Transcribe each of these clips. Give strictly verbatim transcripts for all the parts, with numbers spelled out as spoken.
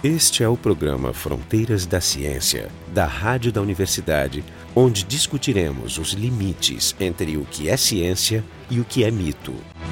Este é o programa Fronteiras da Ciência, da Rádio da Universidade, onde discutiremos os limites entre o que é ciência e o que é mito.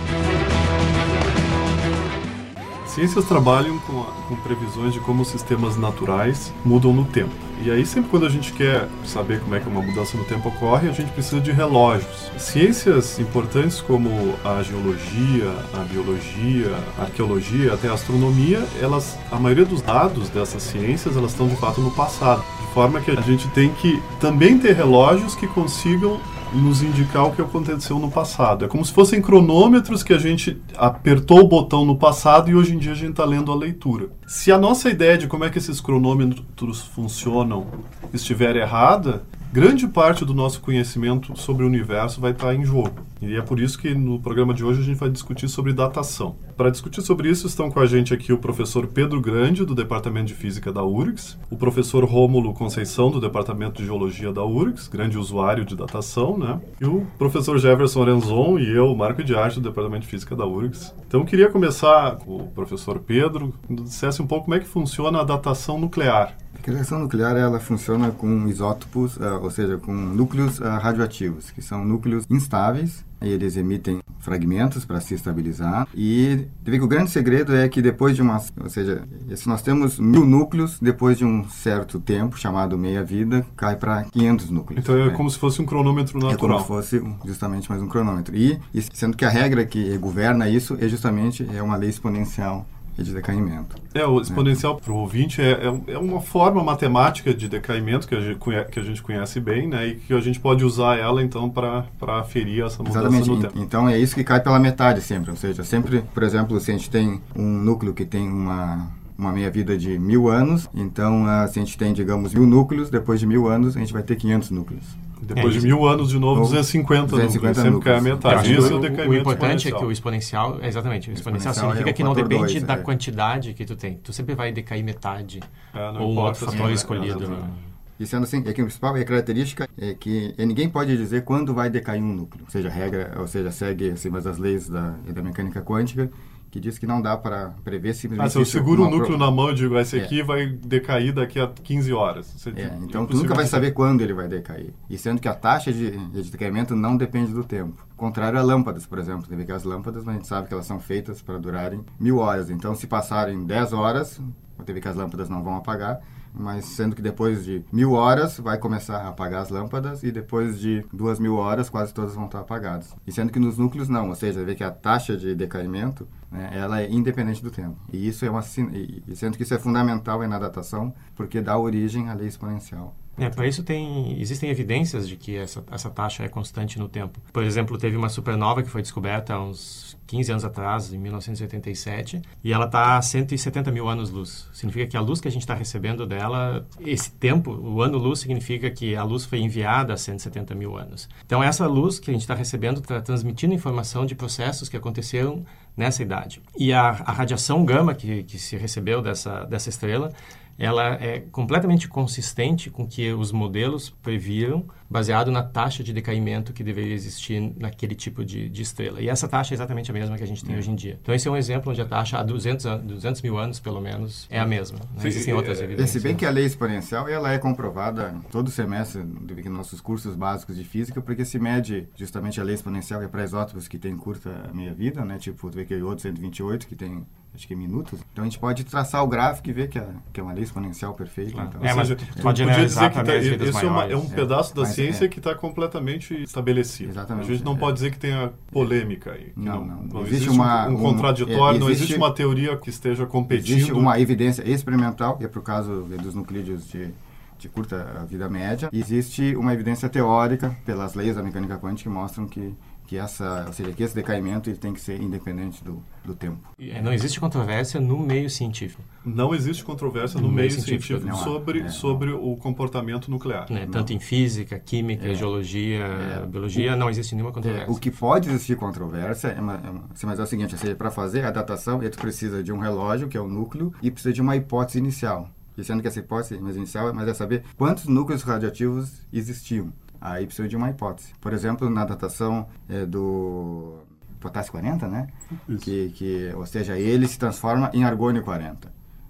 Ciências trabalham com, a, com previsões de como os sistemas naturais mudam no tempo. E aí, sempre quando a gente quer saber como é que uma mudança no tempo ocorre, a gente precisa de relógios. Ciências importantes como a geologia, a biologia, a arqueologia, até a astronomia, elas, a maioria dos dados dessas ciências, elas estão de fato no passado. De forma que a gente tem que também ter relógios que consigam nos indicar o que aconteceu no passado. É como se fossem cronômetros que a gente apertou o botão no passado e hoje em dia a gente está lendo a leitura. Se a nossa ideia de como é que esses cronômetros funcionam estiver errada, grande parte do nosso conhecimento sobre o universo vai estar em jogo. E é por isso que no programa de hoje a gente vai discutir sobre datação. Para discutir sobre isso estão com a gente aqui o professor Pedro Grande, do Departamento de Física da U R G S, o professor Rômulo Conceição, do Departamento de Geologia da U R G S, grande usuário de datação, né? E o professor Jefferson Renzon e eu, Marco de Arte, do Departamento de Física da U R G S. Então eu queria começar com o professor Pedro, que nos dissesse um pouco como é que funciona a datação nuclear. A reação nuclear ela funciona com isótopos, uh, ou seja, com núcleos uh, radioativos, que são núcleos instáveis. Eles emitem fragmentos para se estabilizar. E vê que o grande segredo é que depois de uma... Ou seja, se nós temos mil núcleos, depois de um certo tempo, chamado meia-vida, cai para quinhentos núcleos. Então é né? como se fosse um cronômetro natural. É como se fosse justamente mais um cronômetro. E, e sendo que a regra que governa isso é justamente é uma lei exponencial de decaimento. É, o exponencial, né? Para o ouvinte, é, é uma forma matemática de decaimento que a gente conhece, que a gente conhece bem, né? E que a gente pode usar ela, então, para aferir essa mudança Exatamente. no tempo. Então, é isso que cai pela metade sempre. Ou seja, sempre, por exemplo, se a gente tem um núcleo que tem uma... uma meia-vida de mil anos, então, uh, se a gente tem, digamos, mil núcleos, depois de mil anos, a gente vai ter quinhentos núcleos. Depois é, de mil anos, de novo, duzentos e cinquenta núcleos, sempre cai a metade. Isso é o decaimento O importante exponencial. é que o exponencial, exatamente, o exponencial, exponencial significa é que não depende dois, da é. quantidade que tu tem. Tu sempre vai decair metade, é, ou um outro fator é, escolhido. É, E sendo assim, é que o principal, a característica é que é, ninguém pode dizer quando vai decair um núcleo. Ou seja, a regra, ou seja, segue assim, mas as leis da, da mecânica quântica, que diz que não dá para prever simplesmente... Ah, se eu seguro o núcleo pro... na mão e digo, esse é. aqui vai decair daqui a quinze horas. Você é, então, tu nunca vai saber quando ele vai decair. E sendo que a taxa de, de decaimento não depende do tempo. Contrário a lâmpadas, por exemplo. Tem que as lâmpadas, a gente sabe que elas são feitas para durarem mil horas. Então, se passarem dez horas, tem que as lâmpadas não vão apagar, mas sendo que depois de mil horas vai começar a apagar as lâmpadas e depois de duas mil horas quase todas vão estar apagadas. E sendo que nos núcleos não, ou seja, vê que a taxa de decaimento, né, ela é independente do tempo. E isso é uma e sendo que isso é fundamental na datação porque dá origem à lei exponencial. É, para isso tem, existem evidências de que essa, essa taxa é constante no tempo. Por exemplo, teve uma supernova que foi descoberta há uns quinze anos atrás, em mil novecentos e oitenta e sete, e ela está a cento e setenta mil anos-luz. Significa que a luz que a gente está recebendo dela, esse tempo, o ano-luz, significa que a luz foi enviada há cento e setenta mil anos. Então, essa luz que a gente está recebendo está transmitindo informação de processos que aconteceram nessa idade. E a, a radiação gama que, que se recebeu dessa, dessa estrela, ela é completamente consistente com o que os modelos previram, baseado na taxa de decaimento que deveria existir naquele tipo de, de estrela. E essa taxa é exatamente a mesma que a gente tem é. hoje em dia. Então, esse é um exemplo onde a taxa há duzentos, duzentos mil anos, pelo menos, é a mesma. Não Sim, existem outras é, evidências. Se bem que a lei exponencial ela é comprovada todo semestre nos nossos cursos básicos de física, porque se mede justamente a lei exponencial é para isótopos que têm curta meia-vida, né? Tipo, tu vê que é o iodo cento e vinte e oito, que tem... acho que minutos. Então, a gente pode traçar o gráfico e ver que é, que é uma lei exponencial perfeita. Claro. Então, é, mas seja, tu pode dizer que tá, esse é, uma, é um é, pedaço da mas, ciência é. que está completamente estabelecido. Exatamente. A gente não é. pode dizer que tenha polêmica aí. Não, não. não. não existe, existe uma, um, um contraditório, um, é, não existe, existe uma teoria que esteja competindo. Existe uma evidência experimental, que é por causa dos nuclídeos de, de curta vida média. Existe uma evidência teórica, pelas leis da mecânica quântica, que mostram que que essa, ou seja, que esse decaimento ele tem que ser independente do, do tempo. Não existe controvérsia no meio científico. Não existe controvérsia no, no meio científico, científico não, sobre, é, sobre o comportamento nuclear. É, tanto em física, química, é, geologia, é, biologia, o, não existe nenhuma controvérsia. É, o que pode existir controvérsia é, uma, é, uma, mas é o seguinte, ou seja, para fazer a datação, ele precisa de um relógio, que é o núcleo, e precisa de uma hipótese inicial. E sendo que essa hipótese inicial mas é saber quantos núcleos radioativos existiam. Aí precisa de uma hipótese. Por exemplo, na datação é, do potássio quarenta, né? Que, que, ou seja, ele se transforma em argônio quarenta.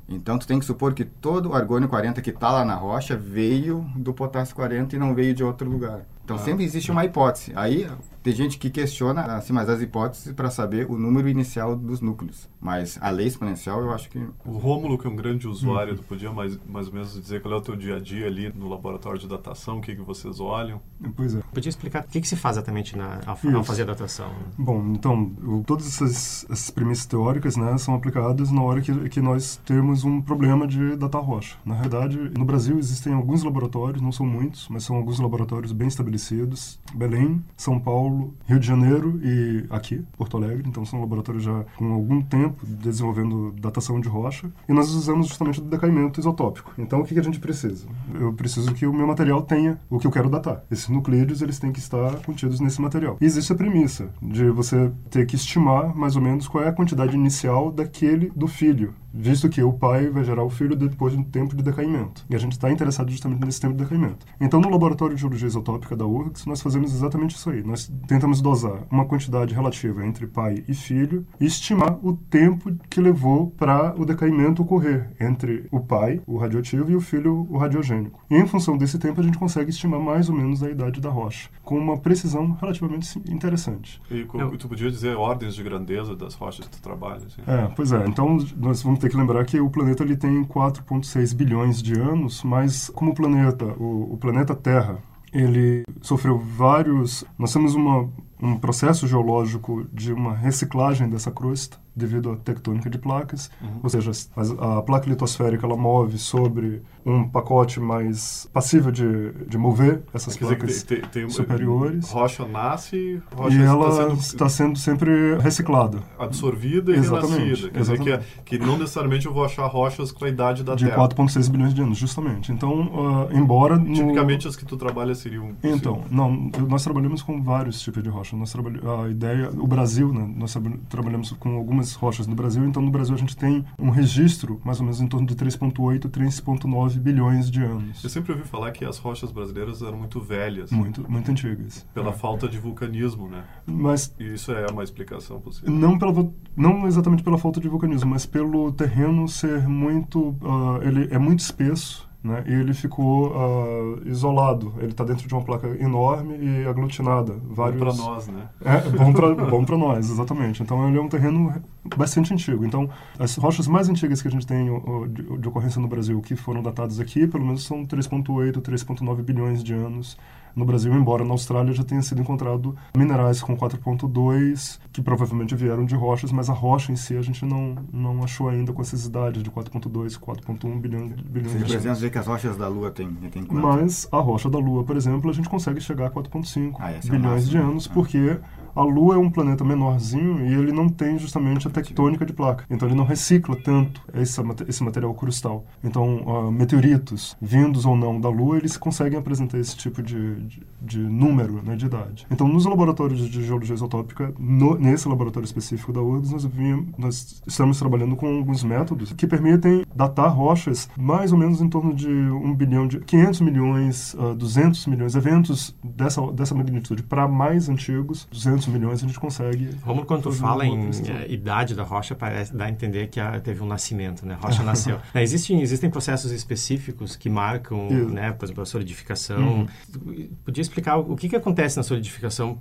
Então, tu tem que supor que todo o argônio quarenta que está lá na rocha veio do potássio quarenta e não veio de outro lugar. Então, ah, sempre existe uma hipótese. Aí, tem gente que questiona, assim, mas as hipóteses para saber o número inicial dos núcleos. Mas a lei exponencial, eu acho que... O Rômulo, que é um grande usuário, hum. tu podia mais, mais ou menos dizer qual é o teu dia a dia ali no laboratório de datação, o que, que vocês olham? Pois é. Podia explicar o que, que se faz exatamente na, ao, ao fazer a datação? Bom, então, o, todas essas, essas premissas teóricas, né, são aplicadas na hora que, que nós temos um problema de datar rocha. Na verdade, no Brasil existem alguns laboratórios, não são muitos, mas são alguns laboratórios bem estabelecidos. Belém, São Paulo, Rio de Janeiro e aqui, Porto Alegre. Então, são laboratórios já com algum tempo desenvolvendo datação de rocha. E nós usamos justamente o decaimento isotópico. Então, o que, que a gente precisa? Eu preciso que o meu material tenha o que eu quero datar. Esses nucleídos, eles têm que estar contidos nesse material. E existe a premissa de você ter que estimar mais ou menos qual é a quantidade inicial daquele do filho, visto que o pai vai gerar o filho depois de um tempo de decaimento. E a gente está interessado justamente nesse tempo de decaimento. Então, no laboratório de geologia isotópica da U R G S, nós fazemos exatamente isso aí. Nós tentamos dosar uma quantidade relativa entre pai e filho e estimar o tempo que levou para o decaimento ocorrer entre o pai, o radioativo, e o filho, o radiogênico. E, em função desse tempo, a gente consegue estimar mais ou menos a idade da rocha, com uma precisão relativamente interessante. E Eu... tu podia dizer ordens de grandeza das rochas que tu trabalha? Assim? É, pois é. Então, nós vamos ter que lembrar que o planeta ele tem quatro vírgula seis bilhões de anos, mas como o planeta, o, o planeta Terra, ele sofreu vários... Nós temos uma, um processo geológico de uma reciclagem dessa crosta devido à tectônica de placas, uhum. ou seja, a, a placa litosférica ela move sobre um pacote mais passível de, de mover essas Quer placas dizer, tem, tem, superiores. Rocha nasce, rocha e ela está sendo, está sendo sempre reciclada. Absorvida e exatamente, renascida. Quer exatamente. dizer que, que não necessariamente eu vou achar rochas com a idade da de Terra. De quatro vírgula seis bilhões de anos, justamente. Então, uh, embora... Tipicamente no... as que tu trabalha seriam... Então, não, nós trabalhamos com vários tipos de rocha. Nós trabalha... A ideia... O Brasil, né, nós trabalhamos com algumas rochas no Brasil, então no Brasil a gente tem um registro mais ou menos em torno de três vírgula oito, três vírgula nove bilhões de anos. Eu sempre ouvi falar que as rochas brasileiras eram muito velhas. Muito, muito antigas. Pela é. falta de vulcanismo, né? Mas, e isso é uma explicação possível? Não, pela, não exatamente pela falta de vulcanismo, mas pelo terreno ser muito... Uh, ele é muito espesso. Né? E ele ficou uh, isolado. Ele está dentro de uma placa enorme e aglutinada. Vários... Bom para nós, né? É, bom para bom para nós, exatamente. Então, ele é um terreno bastante antigo. Então, as rochas mais antigas que a gente tem uh, de, de ocorrência no Brasil, que foram datadas aqui, pelo menos são três vírgula oito, três vírgula nove bilhões de anos no Brasil, embora na Austrália já tenha sido encontrado minerais com quatro vírgula dois, que provavelmente vieram de rochas, mas a rocha em si a gente não, não achou ainda com essas idades de quatro vírgula dois, quatro vírgula um bilhão, bilhões Você, de anos. Você que as rochas da Lua têm tem quanto? Mas a rocha da Lua, por exemplo, a gente consegue chegar a quatro vírgula cinco ah, bilhões é de anos, ah. porque a Lua é um planeta menorzinho e ele não tem justamente a tectônica de placa. Então ele não recicla tanto esse, esse material crustal. Então uh, meteoritos, vindos ou não da Lua, eles conseguem apresentar esse tipo de, de, de número, né, de idade. Então nos laboratórios de geologia isotópica, no, nesse laboratório específico da U R G S, nós, vimos, nós estamos trabalhando com alguns métodos que permitem datar rochas mais ou menos em torno de um bilhão de... quinhentos milhões, uh, duzentos milhões, eventos dessa, dessa magnitude para mais antigos, duzentos milhões a gente consegue... Romulo, quando tu fala em é, idade da rocha, parece dar a entender que a, teve um nascimento, né? A rocha nasceu. É, existem, existem processos específicos que marcam, né, por exemplo, a solidificação. Uhum. Podia explicar o, o que, que acontece na solidificação?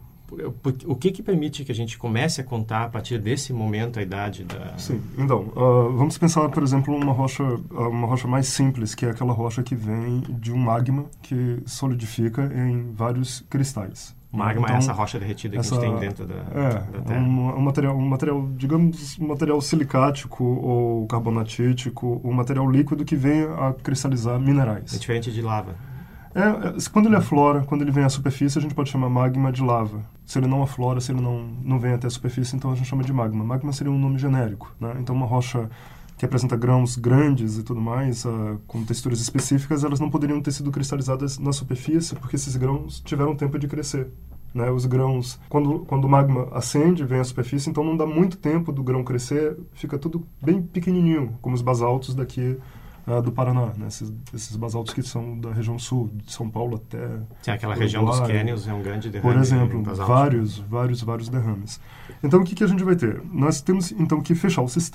O que que permite que a gente comece a contar a partir desse momento a idade da... Sim, então, uh, vamos pensar, por exemplo, uma rocha, uma rocha mais simples, que é aquela rocha que vem de um magma que solidifica em vários cristais. Magma então, é essa rocha derretida que essa, a gente tem dentro da, é, da Terra. Um, um, material, um material, digamos, um material silicático ou carbonatítico, um material líquido que vem a cristalizar minerais. É diferente de lava. É, é, quando ele aflora, quando ele vem à superfície, a gente pode chamar magma de lava. Se ele não aflora, se ele não, não vem até a superfície, então a gente chama de magma. Magma seria um nome genérico, né? Então uma rocha que apresenta grãos grandes e tudo mais, uh, com texturas específicas, elas não poderiam ter sido cristalizadas na superfície, porque esses grãos tiveram tempo de crescer. Né? Os grãos, quando, quando o magma acende, vem à superfície, então não dá muito tempo do grão crescer, fica tudo bem pequenininho, como os basaltos daqui uh, do Paraná, né? esses, esses basaltos que são da região sul, de São Paulo até... Sim, aquela região dos cânions é um grande derrame. Por exemplo, vários, vários, vários derrames. Então, o que, que a gente vai ter? Nós temos, então, que fechar o sistema.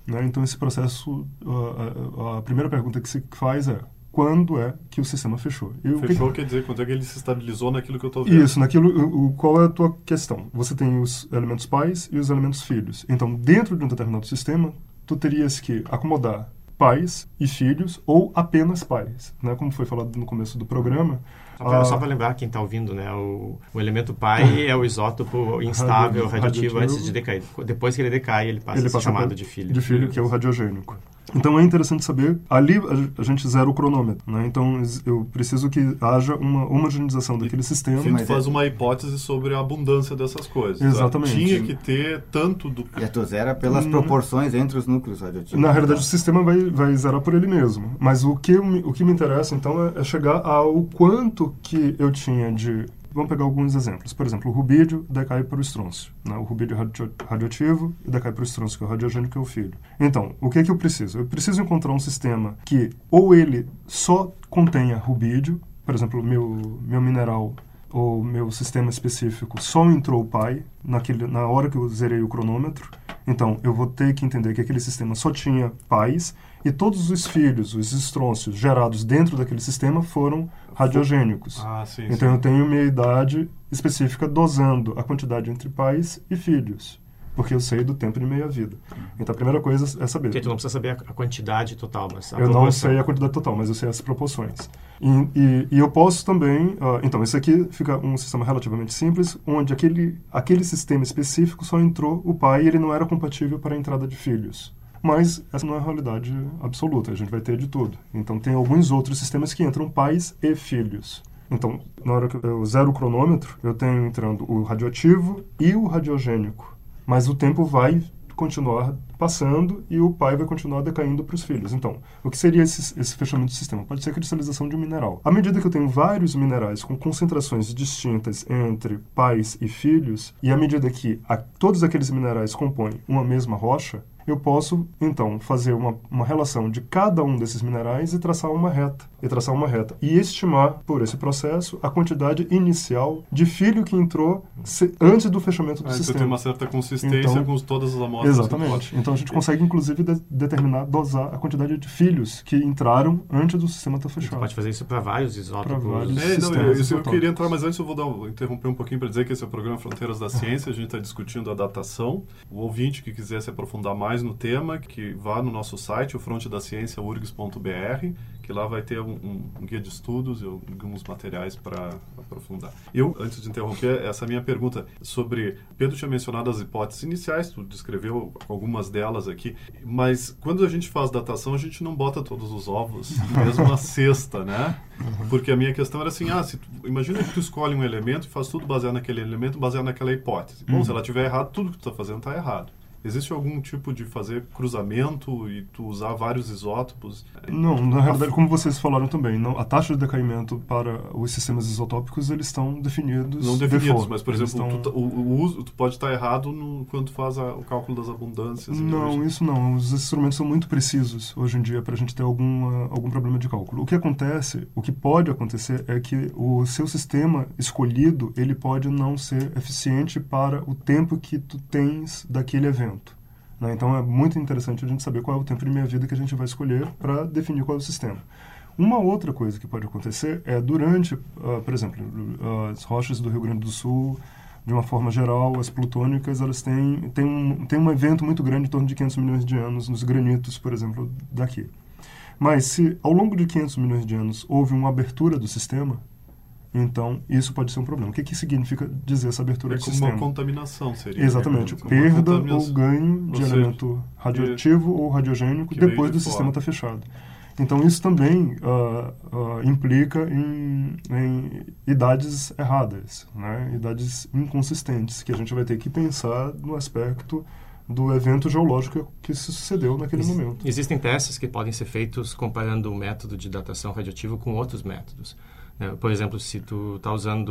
Né? Então, esse processo, a, a, a primeira pergunta que se faz é: quando é que o sistema fechou? E fechou que... quer dizer, quando é que ele se estabilizou naquilo que eu estou vendo? Isso, naquilo, o, qual é a tua questão? Você tem os elementos pais e os elementos filhos. Então, dentro de um determinado sistema, tu terias que acomodar pais e filhos ou apenas pais, né? Como foi falado no começo do programa. Só para, ah, só para lembrar quem está ouvindo, né? O, o elemento pai é o isótopo instável, radioativo, radioativo antes de decair. Depois que ele decai, ele passa ele a ser passa chamado de filho. De filho, que é o radiogênico. Então é interessante saber, ali a gente zera o cronômetro, né? Então eu preciso que haja uma homogeneização daquele sistema. Sim, tu faz uma hipótese sobre a abundância dessas coisas. Exatamente. Tinha que ter tanto do... E a tu zera pelas hum. proporções entre os núcleos radioativos. Na realidade o sistema vai, vai zerar por ele mesmo. Mas o que, o que me interessa então é, é chegar ao quanto que eu tinha de... Vamos pegar alguns exemplos. Por exemplo, o rubídio decai para o estrôncio. Né? O rubídio radio, radioativo decai para o estrôncio, que é o radiogênico, que é o filho. Então, o que é que eu preciso? Eu preciso encontrar um sistema que ou ele só contenha rubídio, por exemplo, o meu, meu mineral ou meu sistema específico só entrou pai naquele, na hora que eu zerei o cronômetro. Então, eu vou ter que entender que aquele sistema só tinha pais e todos os filhos, os estrôncios gerados dentro daquele sistema foram radiogênicos. Ah, sim, então, sim. eu tenho minha idade específica dosando a quantidade entre pais e filhos, porque eu sei do tempo de meia-vida. Então, a primeira coisa é saber. Porque tu não precisa saber a quantidade total, mas a Eu proporção. não sei a quantidade total, mas eu sei as proporções. E, e, e eu posso também... Uh, então, esse aqui fica um sistema relativamente simples, onde aquele, aquele sistema específico só entrou o pai e ele não era compatível para a entrada de filhos. Mas essa não é a realidade absoluta, a gente vai ter de tudo. Então, tem alguns outros sistemas que entram pais e filhos. Então, na hora que eu zero o cronômetro, eu tenho entrando o radioativo e o radiogênico. Mas o tempo vai continuar passando e o pai vai continuar decaindo para os filhos. Então, o que seria esse, esse fechamento do sistema? Pode ser a cristalização de um mineral. À medida que eu tenho vários minerais com concentrações distintas entre pais e filhos, e à medida que a, todos aqueles minerais compõem uma mesma rocha, eu posso, então, fazer uma, uma relação de cada um desses minerais e traçar uma reta. E traçar uma reta. E estimar, por esse processo, a quantidade inicial de filho que entrou se, antes do fechamento do ah, sistema. Então tem uma certa consistência então, com todas as amostras. Exatamente. Então a gente consegue, inclusive, de, determinar, dosar a quantidade de filhos que entraram antes do sistema estar fechado. Você pode fazer isso para vários isótopos. Pra vários é, não, eu, eu, eu queria entrar, mas antes eu vou dar, vou interromper um pouquinho para dizer que esse é o programa Fronteiras da Ciência. A gente está discutindo a datação. O ouvinte que quiser se aprofundar mais no tema, que vá no nosso site, o fronte da ciência ponto urgs ponto b r, que lá vai ter um, um, um guia de estudos e alguns materiais para aprofundar. Eu, antes de interromper, essa minha pergunta sobre... Pedro tinha mencionado as hipóteses iniciais, tu descreveu algumas delas aqui, mas quando a gente faz datação, a gente não bota todos os ovos na mesma cesta, né? Porque a minha questão era assim, ah, se tu, imagina que tu escolhe um elemento e faz tudo baseado naquele elemento, baseado naquela hipótese. Bom, uhum. se ela estiver errado, tudo que tu está fazendo está errado. Existe algum tipo de fazer cruzamento e tu usar vários isótopos? Não, na realidade, como vocês falaram também, não, a taxa de decaimento para os sistemas isotópicos, eles estão definidos. Não definidos, default. mas, por eles exemplo, estão... tu, o, o uso, tu pode estar errado no, quando tu faz a, o cálculo das abundâncias. Não, isso não. Os instrumentos são muito precisos hoje em dia para a gente ter alguma, algum problema de cálculo. O que acontece, o que pode acontecer é que o seu sistema escolhido, ele pode não ser eficiente para o tempo que tu tens daquele evento. Então, é muito interessante a gente saber qual é o tempo de meia-vida que a gente vai escolher para definir qual é o sistema. Uma outra coisa que pode acontecer é durante, uh, por exemplo, uh, as rochas do Rio Grande do Sul, de uma forma geral, as plutônicas, elas têm, têm, um, têm um evento muito grande, em torno de quinhentos milhões de anos, nos granitos, por exemplo, daqui. Mas se ao longo de quinhentos milhões de anos houve uma abertura do sistema, então, isso pode ser um problema. O que, que significa dizer essa abertura é do como sistema? uma contaminação, seria. Exatamente. Né? Perda ou ganho de seja, elemento radioativo ou radiogênico depois de do fora. sistema estar fechado. Então, isso também uh, uh, implica em, em idades erradas, né? Idades inconsistentes, que a gente vai ter que pensar no aspecto do evento geológico que se sucedeu naquele Ex- momento. Existem testes que podem ser feitos comparando o método de datação radioativa com outros métodos. Por exemplo, se tu está usando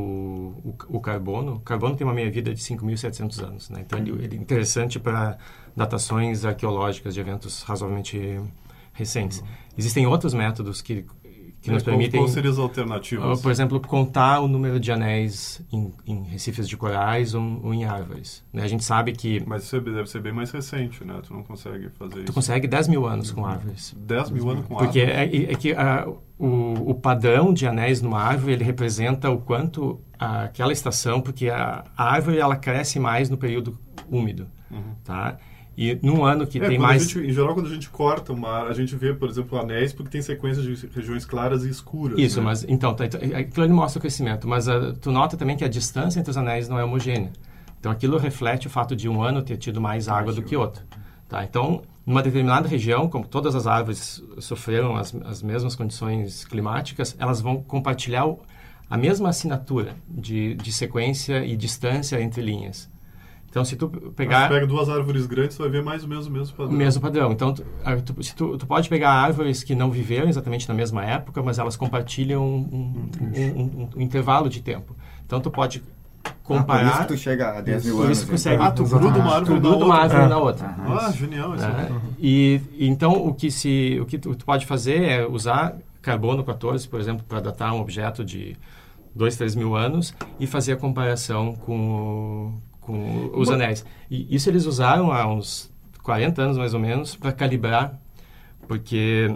o, o, o carbono, o carbono tem uma meia-vida de cinco mil e setecentos anos, né? Então ele, ele é interessante para datações arqueológicas de eventos razoavelmente recentes. Uhum. Existem outros métodos que, que nos é, qual, permitem... Qual seriam as alternativas? Por exemplo, contar o número de anéis em, em recifes de corais ou, ou em árvores. Né? A gente sabe que... Mas isso deve ser bem mais recente, né? Tu não consegue fazer isso. Tu consegue dez mil anos com árvores. dez mil anos com Porque árvores? Porque é, é que a, o, o padrão de anéis numa árvore, ele representa o quanto a, aquela estação, porque a, a árvore ela cresce mais no período úmido, uhum. tá? E num ano que é, tem mais... Gente, em geral, quando a gente corta uma a gente vê, por exemplo, anéis, porque tem sequências de regiões claras e escuras. Isso, né? mas então, tá, aquilo ali mostra o crescimento, mas uh, tu nota também que a distância entre os anéis não é homogênea. Então, aquilo reflete o fato de um ano ter tido mais água do que outro. Tá? Então, numa determinada região, como todas as árvores sofreram as, as mesmas condições climáticas, elas vão compartilhar o, a mesma assinatura de, de sequência e distância entre linhas. Então, se tu pegar... Se pega duas árvores grandes, tu vai ver mais ou menos o mesmo padrão. O mesmo padrão. Então, tu, tu, se tu, tu pode pegar árvores que não viveram exatamente na mesma época, mas elas compartilham um, um, um, um, um intervalo de tempo. Então, tu pode comparar... Ah, por isso tu chega a dez mil por anos. Isso consegue, ah, tu gruda uma árvore, tu gruda uma árvore na outra. Ah, ah genial. Isso é. E, então, o que, se, o que tu, tu pode fazer é usar carbono quatorze, por exemplo, para datar um objeto de dois, três mil anos e fazer a comparação com... com os Bom, anéis. E isso eles usaram há uns quarenta anos, mais ou menos, para calibrar, porque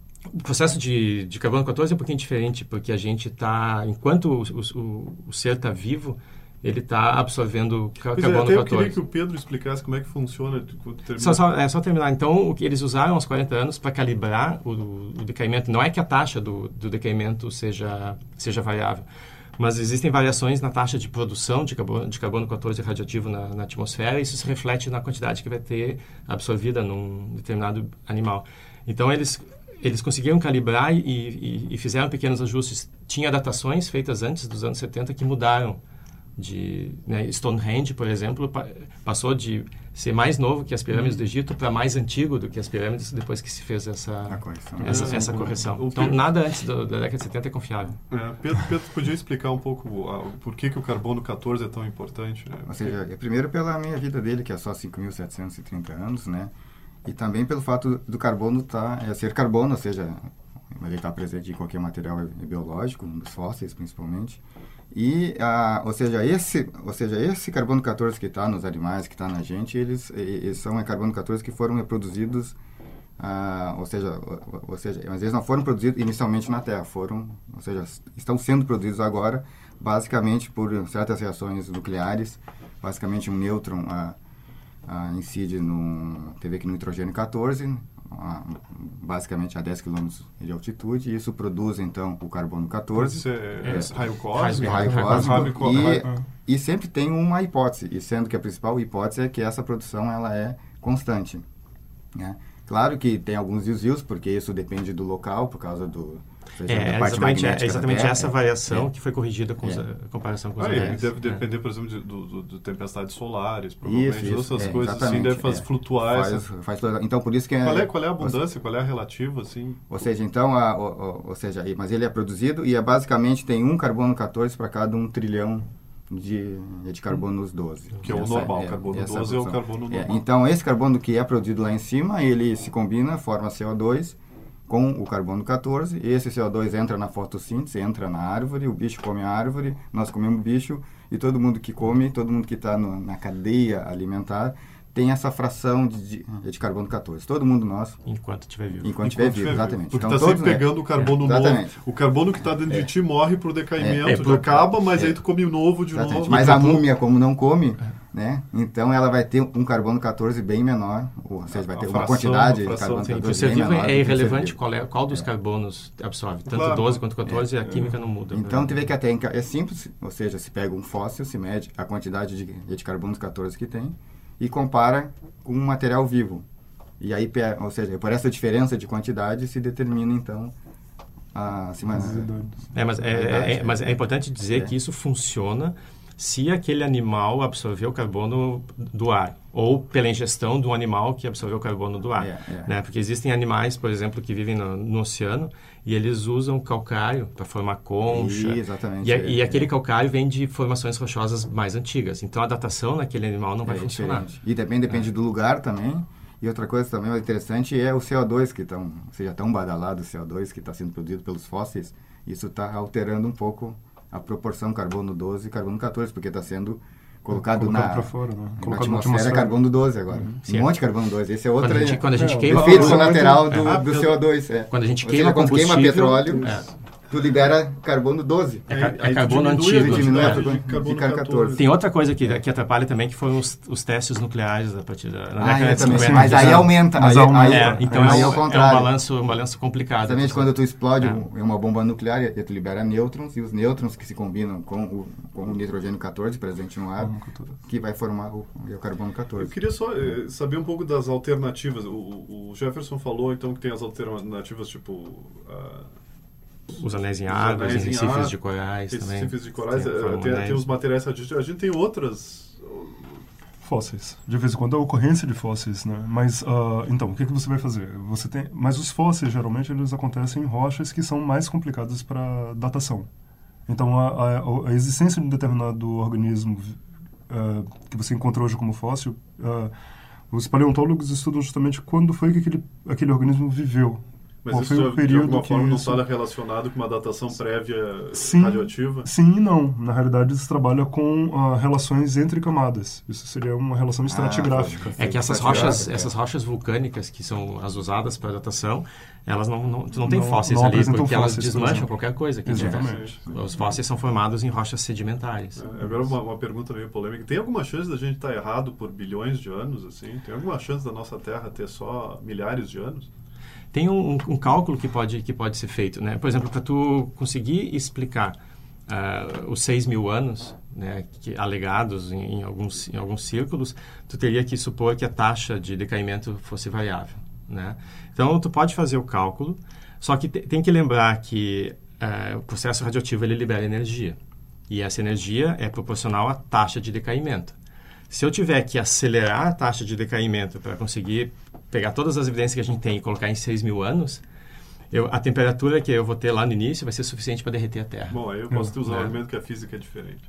o processo de, de carbono quatorze é um pouquinho diferente, porque a gente está, enquanto o, o, o ser está vivo, ele está absorvendo pois carbono é, até quatorze. Eu queria que o Pedro explicasse como é que funciona. Só, só, é só terminar. Então, o que eles usaram há uns quarenta anos para calibrar o, o decaimento, não é que a taxa do, do decaimento seja, seja variável, mas existem variações na taxa de produção de carbono, de carbono quatorze radioativo na, na atmosfera, e isso se reflete na quantidade que vai ter absorvida num determinado animal. Então, eles, eles conseguiram calibrar e, e, e fizeram pequenos ajustes. Tinha datações feitas antes dos anos setenta que mudaram. De, né, Stonehenge, por exemplo, pa, passou de ser mais novo que as pirâmides do Egito para mais antigo do que as pirâmides depois que se fez essa correção. Essa, essa correção. O, o então, Pedro, nada antes do, da década de setenta é confiável. É, Pedro, Pedro, podia explicar um pouco uh, por que, que o carbono quatorze é tão importante? Né? Ou seja, é primeiro pela minha vida dele, que é só cinco mil setecentos e trinta anos, né? E também pelo fato do carbono tá, é, ser carbono, ou seja, ele está presente em qualquer material biológico, nos fósseis principalmente. E, ah, ou seja, esse, ou seja, esse carbono quatorze que está nos animais, que está na gente, eles, eles são é, carbono quatorze que foram reproduzidos, ah, ou seja, ou, ou seja, mas eles não foram produzidos inicialmente na Terra, foram, ou seja, estão sendo produzidos agora, basicamente por certas reações nucleares, basicamente um nêutron ah, ah, incide no, teve aqui no nitrogênio quatorze, A, basicamente a dez quilômetros de altitude, e isso produz então o carbono quatorze. Isso é, é raio cósmico, é raio cósmico, e, e sempre tem uma hipótese, e sendo que a principal hipótese é que essa produção ela é constante, né? Claro que tem alguns desvios, porque isso depende do local, por causa do seja, é, da parte exatamente, é, exatamente Terra, essa é, variação é, que foi corrigida com é. os, a comparação com os ah, anéis. Deve é. depender, por exemplo, de, do, do, do tempestades solares, provavelmente isso, isso, essas é, coisas assim, deve fazer é. flutuar. Faz, essa... faz toda, então, por isso que é, qual, é, qual é a abundância, qual é a relativa? Assim? Ou seja, então, a, o, o, ou seja, mas ele é produzido e é basicamente tem um carbono quatorze para cada um trilhão de, de carbonos doze. Que é o normal, é, carbono doze é o carbono normal. É, então, esse carbono que é produzido lá em cima, ele se combina, forma C O dois com o carbono quatorze, esse C O dois entra na fotossíntese, entra na árvore, o bicho come a árvore, nós comemos o bicho, e todo mundo que come, todo mundo que está na cadeia alimentar, tem essa fração de, de, de carbono quatorze. Todo mundo nós. Enquanto estiver vivo. Enquanto estiver vivo, exatamente. Porque está então, sempre pegando né? o carbono é, novo. O carbono que está dentro é. de ti morre por decaimento, é, é, por... acaba, mas é. aí tu come o novo de exatamente. novo. Mas a múmia, como não come, é. né? Então ela vai ter um carbono quatorze bem menor, ou seja, vai ter a uma fração, quantidade de carbono quatorze bem menor. É irrelevante qual, é, qual dos é. carbonos absorve. Tanto claro. doze quanto quatorze, é. a química não muda. Então, tu vê que até é simples, ou seja, se pega um fóssil, se mede a quantidade de, de carbonos quatorze que tem, e compara com um material vivo. E aí, ou seja, por essa diferença de quantidade se determina, então, a... Assim, mas, é, mas, é, é, é, mas é importante dizer é. que isso funciona se aquele animal absorveu o carbono do ar, ou pela ingestão de um animal que absorveu o carbono do ar. É, é. Né? Porque existem animais, por exemplo, que vivem no, no oceano e eles usam calcário para formar concha. E, exatamente. E, é, e aquele é. calcário vem de formações rochosas mais antigas. Então, a datação naquele animal não vai é funcionar. Diferente. E também depende é. do lugar também. E outra coisa também interessante é o C O dois, que tão, ou seja, tão badalado o C O dois que está sendo produzido pelos fósseis. Isso está alterando um pouco a proporção carbono doze e carbono quatorze, porque está sendo colocado, colocado na, pra fora, né? na colocado atmosfera, na atmosfera carbono doze agora. Uhum. Um monte de carbono doze. Esse é outro quando a gente, quando a gente é, queima... efeito o- colateral do, é, do C O dois. É. Quando a gente Ou queima seja, quando queima combustível, petróleo, é. tu libera carbono doze. É, car- Aí- é aí tu carbono diminui a antigo. diminui a quantidade carbono- de carbono de carbono quatorze. Tem outra coisa que, que atrapalha também, que foram os, os testes nucleares a partir da na Ah, década é, de também. cinquenta. Mas aí aumenta. Mas aí, aumenta. aí- É, então aí é, é um, o é um contrário. balanço, um balanço complicado. Exatamente, quando tu explode É. um- uma bomba nuclear, e tu libera nêutrons, e os nêutrons que se combinam com o, com o nitrogênio quatorze presente no ar, que vai formar o, o carbono Eu quatorze. queria só eh, saber um pouco das alternativas. O, o- o Jefferson falou, então, que tem as alternativas, tipo... ah, Os anéis em Os água, os anéis em recifes ar, de corais também. recifes de corais, Tem, eh, formam tem, anéis. tem os materiais radioativos. A gente tem outras... Fósseis. De vez em quando a ocorrência de fósseis, né? Mas, ah, então, o que, que você vai fazer? Você tem... Mas os fósseis, geralmente, eles acontecem em rochas que são mais complicadas para datação. Então, a, a, a existência de um determinado organismo ah, que você encontrou hoje como fóssil, ah, os paleontólogos estudam justamente quando foi que aquele, aquele organismo viveu. Mas Qual isso, foi o já, de período alguma que forma, não isso- está relacionado com uma datação prévia Sim. radioativa? Sim e não. Na realidade, eles trabalham com ah, relações entre camadas. Isso seria uma relação estratigráfica. É que essas rochas, essas rochas vulcânicas que são as usadas para datação, elas não, não, tu não tem Não- fósseis não ali, apresentam porque elas fósseis, por desmancham exemplo. qualquer coisa que tiver. Exatamente. Os fósseis são formados em rochas sedimentares. É, agora uma, uma pergunta meio polêmica. Tem alguma chance da gente estar errado por bilhões de anos? Assim? Tem alguma chance da nossa Terra ter só milhares de anos? Tem um, um cálculo que pode, que pode ser feito, né? Por exemplo, para tu conseguir explicar uh, os seis mil anos, né, que, alegados em, em, alguns, em alguns círculos, tu teria que supor que a taxa de decaimento fosse variável, né? Então, tu pode fazer o cálculo, só que te, tem que lembrar que uh, o processo radioativo ele libera energia, e essa energia é proporcional à taxa de decaimento. Se eu tiver que acelerar a taxa de decaimento para conseguir pegar todas as evidências que a gente tem e colocar em seis mil anos, eu, a temperatura que eu vou ter lá no início vai ser suficiente para derreter a Terra. Bom, aí eu posso te usar É. o argumento que a física é diferente.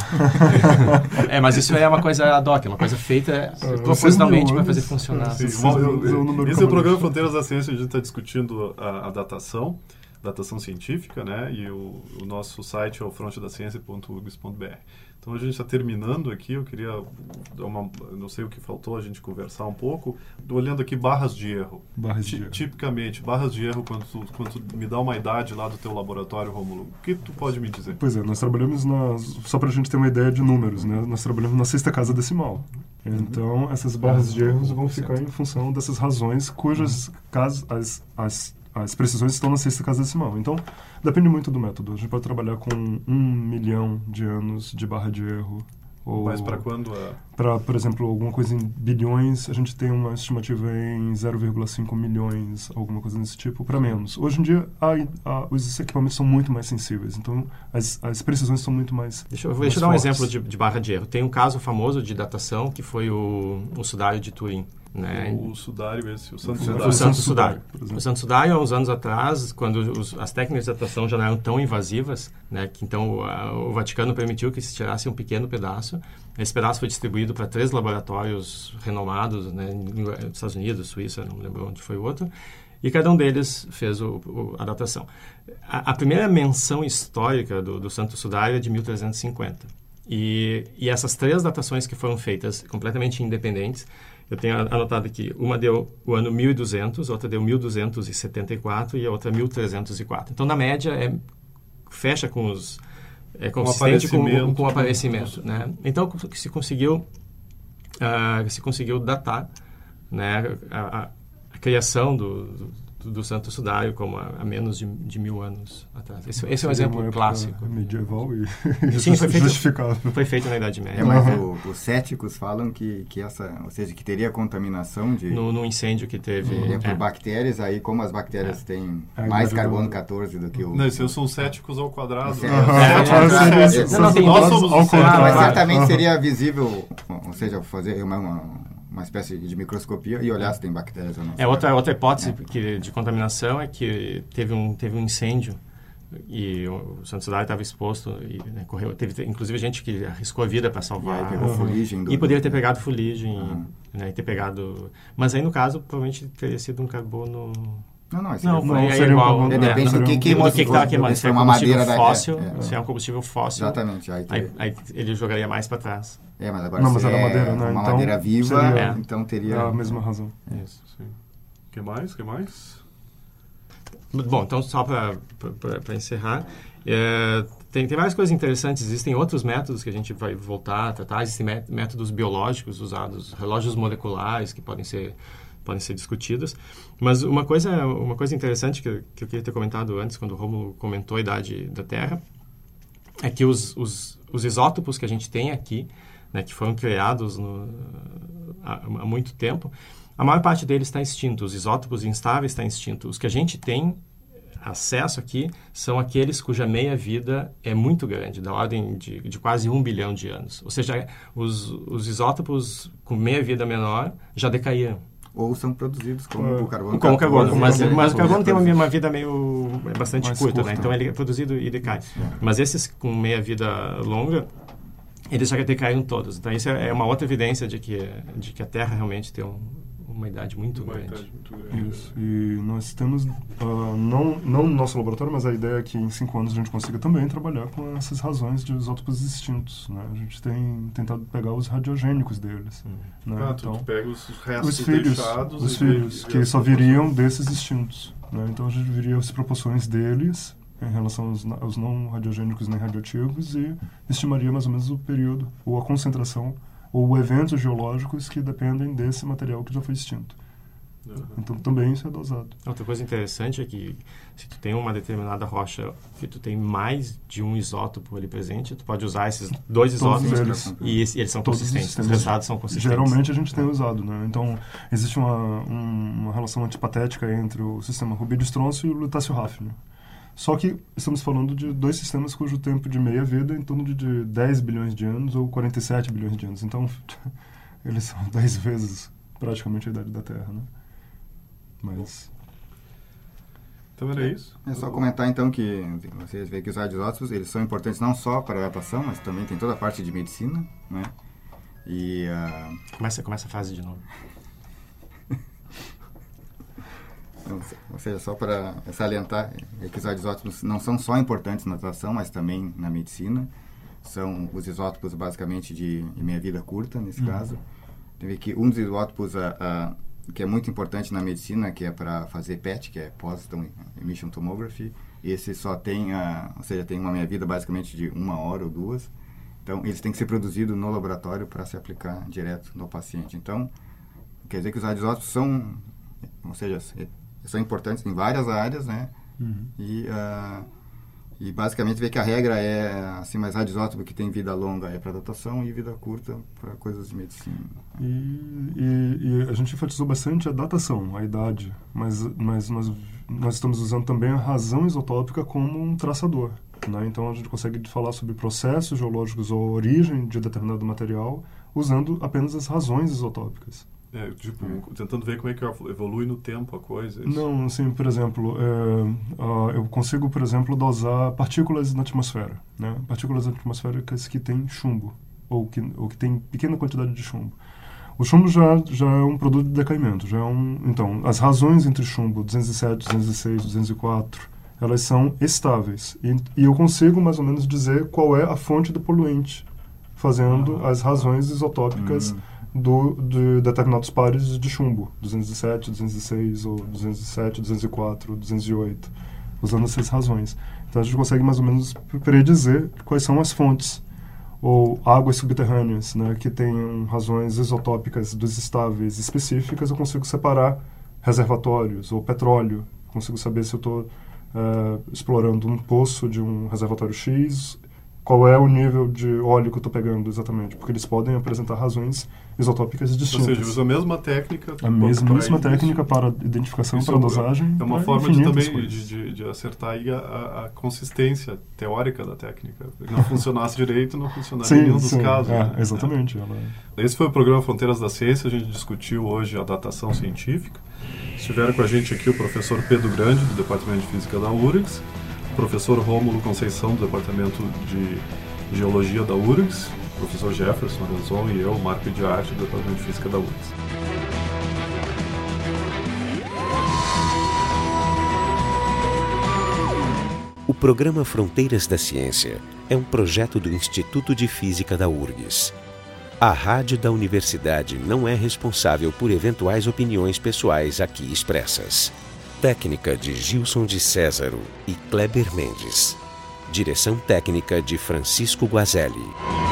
É, mas isso é uma coisa ad hoc, é uma coisa feita propositalmente para fazer funcionar. Sim, Sim, bom, sim, eu- é o número esse é o programa cabalístico. Fronteiras da Ciência, a gente está discutindo a, a datação, datação científica, né? E o, o nosso site é o fronte da ciência ponto u g s ponto b r. Então a gente está terminando aqui, eu queria dar uma, não sei o que faltou, a gente conversar um pouco, olhando aqui barras de erro. Barras de Ti- erro. Tipicamente, barras de erro, quando tu, quando tu me dá uma idade lá do teu laboratório, Rômulo, o que tu pode me dizer? Pois é, nós trabalhamos na, só para a gente ter uma ideia de números, né? Nós trabalhamos na sexta casa decimal. Então, essas barras de erros vão ficar em função dessas razões cujas cas, as, as, as precisões estão na sexta casa decimal. Então, depende muito do método. A gente pode trabalhar com um milhão de anos de barra de erro. Ou Mas para quando a... para, por exemplo, alguma coisa em bilhões, a gente tem uma estimativa em zero vírgula cinco milhões, alguma coisa desse tipo, para menos. Hoje em dia, a, a, os equipamentos são muito mais sensíveis, então as, as precisões são muito mais Deixa eu, mais deixa eu dar um fortes. exemplo de, de barra de erro. Tem um caso famoso de datação que foi o, o sudário de Turim. Né? O sudário esse, o Santo O Sudário. O Santo Sudário, Sudário. por exemplo. O Santo Sudário, há uns anos atrás, quando os, as técnicas de datação já não eram tão invasivas, né, que então a, o Vaticano permitiu que se tirasse um pequeno pedaço. Esse pedaço foi distribuído para três laboratórios renomados, né, nos Estados Unidos, Suíça, não lembro onde foi o outro, e cada um deles fez o, o, a datação. A, a primeira menção histórica do, do Santo Sudário é de mil trezentos e cinquenta. E, e essas três datações que foram feitas completamente independentes, eu tenho anotado aqui, uma deu o ano mil e duzentos, outra deu mil duzentos e setenta e quatro e a outra mil trezentos e quatro. Então, na média, é, fecha com os... É consistente com, com, com o aparecimento. Né? Então, se conseguiu, uh, se conseguiu datar, né, a, a criação do, do, do Santo Sudário como a, a menos de, de mil anos atrás. Esse, esse é um Seria exemplo uma época clássico. medieval e Sim, foi feito, justificável. foi feito na Idade Média. É, mas o, os céticos falam que, que essa, ou seja, que teria contaminação de No, no incêndio que teve... é, por é. bactérias, aí como as bactérias É. têm É, mais mas carbono o- quatorze do que o... Não, esses são céticos ao quadrado. Sim. né? Aham. Céticos- Ah, sim, sim. Não, não, tem Nós dois- somos ao os céticos. contrário. Mas Ah, certamente ah. seria visível, ou seja, fazer uma, uma, uma espécie de microscopia e olhar se tem bactérias ou não. É, outra, outra hipótese que, de contaminação é que teve um, teve um incêndio e o Santos Sudário estava exposto e né, correu, teve inclusive gente que arriscou a vida para salvar, e, pegou uhum. fuligem do, e poderia ter do... pegado fuligem uhum. né, e ter pegado, mas aí no caso provavelmente teria sido um carbono. Não, não, esse não, não, é, é igual. É, depende do que queimou. Do que estava queimando. Se é uma combustível madeira fóssil, da, é, é. se é um combustível fóssil, exatamente. Aí, aí, aí ele jogaria mais para trás. É, mas agora não, mas se era é madeira, né? uma então, madeira viva, seria, então teria... É a mesma razão. Isso. Sim. O que mais? O que mais? Bom, então só para encerrar, é, tem, tem várias coisas interessantes. Existem outros métodos que a gente vai voltar a tratar. Existem métodos biológicos usados, relógios moleculares que podem ser podem ser discutidos. Mas uma coisa uma coisa interessante que eu, que eu queria ter comentado antes, quando o Rômulo comentou a idade da Terra, é que os, os, os isótopos que a gente tem aqui, né, que foram criados no, há, há muito tempo, a maior parte deles está extinto. Os isótopos instáveis estão extintos. Os que a gente tem acesso aqui são aqueles cuja meia-vida é muito grande, da ordem de, de quase um bilhão de anos. Ou seja, os, os isótopos com meia-vida menor já decaíram. Ou são produzidos como uh, o carbono. Como o carbono, mas, mas o carbono tem uma, uma vida meio é bastante mais curta, curta, né? Então ele é produzido e decai. É. Mas esses com meia-vida longa, eles já decaíram todos. Então isso é uma outra evidência de que, de que a Terra realmente tem um, uma idade muito uma grande. Idade muito grande. Isso. E nós temos, uh, não, não no nosso laboratório, mas a ideia é que em cinco anos a gente consiga também trabalhar com essas razões de isótopos extintos. Né? A gente tem tentado pegar os radiogênicos deles. Hum. Né? Ah, então, tu pega os restos os filhos, deixados... Os e filhos, vê, que vê só viriam desses extintos. Né? Então a gente viria as proporções deles em relação aos, aos não radiogênicos nem radioativos e estimaria mais ou menos o período, ou a concentração, ou eventos geológicos que dependem desse material que já foi extinto. Uhum. Então também isso é dosado. Outra coisa interessante é que se tu tem uma determinada rocha que tu tem mais de um isótopo ali presente, tu pode usar esses dois isótopos eles. E, esse, e eles são Todos consistentes, os os resultados são consistentes. Geralmente a gente tem usado, né? Então existe uma, um, uma relação antipatética entre o sistema rubídio-estronço e o lutácio-hafnio. Só que estamos falando de dois sistemas cujo tempo de meia-vida é em torno de, de dez bilhões de anos ou quarenta e sete bilhões de anos. Então eles são dez vezes praticamente a idade da Terra, né? Mas... Então era isso. É só comentar então que vocês veem que os radioisótopos eles são importantes não só para a datação, mas também tem toda a parte de medicina, né? E uh... começa começa a fase de novo. Ou seja, só para salientar é que os radioisótopos não são só importantes na datação, mas também na medicina. São os isótopos basicamente de, de meia-vida curta nesse uhum. caso. Tem que um dos isótopos uh, uh, que é muito importante na medicina, que é para fazer P E T, que é Positron Emission Tomography. Esse só tem, uh, ou seja, tem uma meia-vida basicamente de uma hora ou duas. Então, eles têm que ser produzidos no laboratório para se aplicar direto no paciente. Então, quer dizer que os radioisótopos são, ou seja, são importantes em várias áreas, né? Uhum. E, uh, e basicamente vê que a regra é assim, mais radioisótopo que tem vida longa é para datação e vida curta para coisas de medicina. E, e, e a gente enfatizou bastante a datação, a idade, mas, mas nós, nós estamos usando também a razão isotópica como um traçador. Né? Então a gente consegue falar sobre processos geológicos ou origem de determinado material usando apenas as razões isotópicas. É, tipo, tentando ver como é que evolui no tempo a coisa. Isso. Não, assim, por exemplo, é, uh, eu consigo, por exemplo, dosar partículas na atmosfera, né? Partículas atmosféricas que têm chumbo, ou que, ou que têm pequena quantidade de chumbo. O chumbo já, já é um produto de decaimento, já é um... Então, as razões entre chumbo duzentos e sete, duzentos e seis, duzentos e quatro, elas são estáveis. E, e eu consigo, mais ou menos, dizer qual é a fonte do poluente, fazendo ah, as razões isotópicas... Hum. Do, de determinados pares de chumbo, duzentos e sete, duzentos e seis, ou duzentos e sete, duzentos e quatro, duzentos e oito, usando essas razões. Então a gente consegue mais ou menos predizer quais são as fontes, ou águas subterrâneas, né, que tenham razões isotópicas dos estáveis específicas, eu consigo separar reservatórios, ou petróleo, eu consigo saber se eu estou uh, explorando um poço de um reservatório X, qual é o nível de óleo que eu estou pegando exatamente, porque eles podem apresentar razões isotópicas distintas. Ou seja, usa a mesma técnica. A mesma, mesma técnica para identificação, isso para dosagem. É uma forma de também de, de, de acertar aí a, a, a consistência teórica da técnica. Se não funcionasse direito, não funcionaria sim, em nenhum sim, dos casos. É, né? Exatamente. Ela... Esse foi o programa Fronteiras da Ciência. A gente discutiu hoje a datação científica. Estiveram com a gente aqui o professor Pedro Grande, do Departamento de Física da U R G S, o professor Rômulo Conceição, do Departamento de Geologia da U R G S, o professor Jefferson Aranzon e eu, Marco de Arte, do Departamento de Física da U R G S. O programa Fronteiras da Ciência é um projeto do Instituto de Física da U R G S. A rádio da universidade não é responsável por eventuais opiniões pessoais aqui expressas. Técnica de Gilson de Césaro e Kleber Mendes. Direção técnica de Francisco Guazelli.